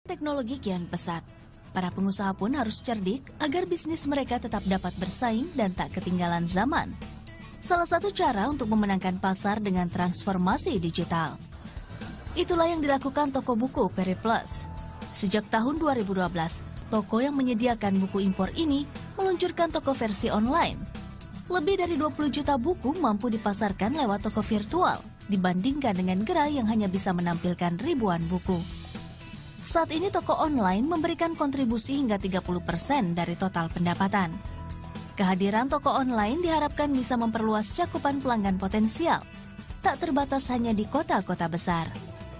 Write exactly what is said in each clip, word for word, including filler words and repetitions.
Teknologi kian pesat. Para pengusaha pun harus cerdik agar bisnis mereka tetap dapat bersaing dan tak ketinggalan zaman. Salah satu cara untuk memenangkan pasar dengan transformasi digital. Itulah yang dilakukan toko buku Periplus. Sejak tahun dua ribu dua belas, toko yang menyediakan buku impor ini meluncurkan toko versi online. Lebih dari dua puluh juta buku mampu dipasarkan lewat toko virtual, dibandingkan dengan gerai yang hanya bisa menampilkan ribuan buku. Saat ini toko online memberikan kontribusi hingga tiga puluh persen dari total pendapatan. Kehadiran toko online diharapkan bisa memperluas cakupan pelanggan potensial, tak terbatas hanya di kota-kota besar.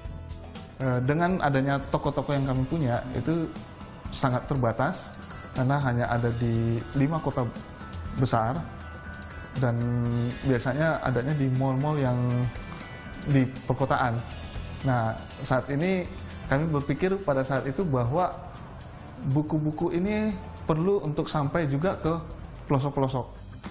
Dengan adanya toko-toko yang kami punya, itu sangat terbatas, karena hanya ada di lima kota besar, dan biasanya adanya di mal-mal yang di perkotaan. Nah, saat ini kami berpikir pada saat itu bahwa buku-buku ini perlu untuk sampai juga ke pelosok-pelosok.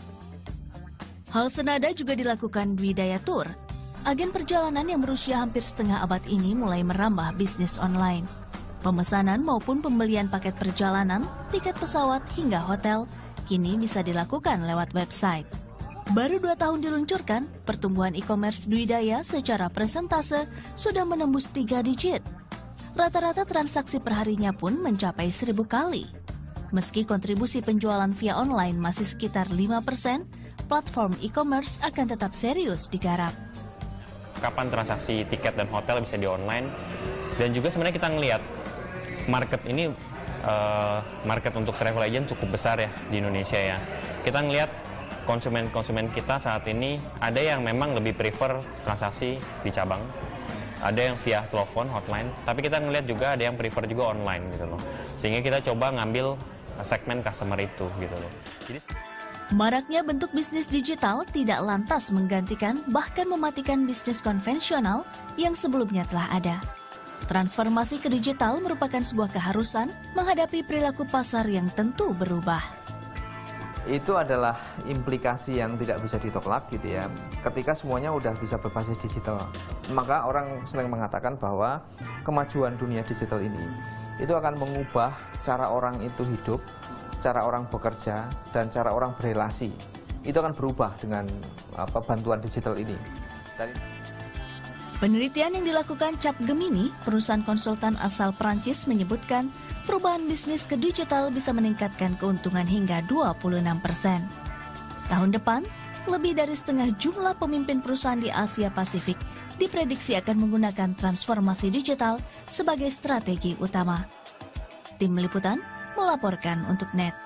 Hal senada juga dilakukan Dwi Daya Tour. Agen perjalanan yang berusia hampir setengah abad ini mulai merambah bisnis online. Pemesanan maupun pembelian paket perjalanan, tiket pesawat hingga hotel, kini bisa dilakukan lewat website. Baru dua tahun diluncurkan, pertumbuhan e-commerce Dwi Daya secara persentase sudah menembus tiga digit. Rata-rata transaksi perharinya pun mencapai seribu kali. Meski kontribusi penjualan via online masih sekitar lima persen, platform e-commerce akan tetap serius digarap. Kapan transaksi tiket dan hotel bisa di online, dan juga sebenarnya kita ngelihat market ini, uh, market untuk travel agent cukup besar ya di Indonesia ya. Kita ngelihat konsumen-konsumen kita saat ini ada yang memang lebih prefer transaksi di cabang, ada yang via telepon, hotline, tapi kita ngelihat juga ada yang prefer juga online gitu loh. Sehingga kita coba ngambil segmen customer itu gitu loh. Jadi, maraknya bentuk bisnis digital tidak lantas menggantikan bahkan mematikan bisnis konvensional yang sebelumnya telah ada. Transformasi ke digital merupakan sebuah keharusan menghadapi perilaku pasar yang tentu berubah. Itu adalah implikasi yang tidak bisa ditolak gitu ya. Ketika semuanya udah bisa berbasis digital, maka orang sering mengatakan bahwa kemajuan dunia digital ini itu akan mengubah cara orang itu hidup, cara orang bekerja, dan cara orang berelasi. Itu akan berubah dengan apa, bantuan digital ini. Dan penelitian yang dilakukan Capgemini, perusahaan konsultan asal Perancis, menyebutkan perubahan bisnis ke digital bisa meningkatkan keuntungan hingga dua puluh enam persen. Tahun depan, lebih dari setengah jumlah pemimpin perusahaan di Asia Pasifik diprediksi akan menggunakan transformasi digital sebagai strategi utama. Tim Liputan melaporkan untuk N E T.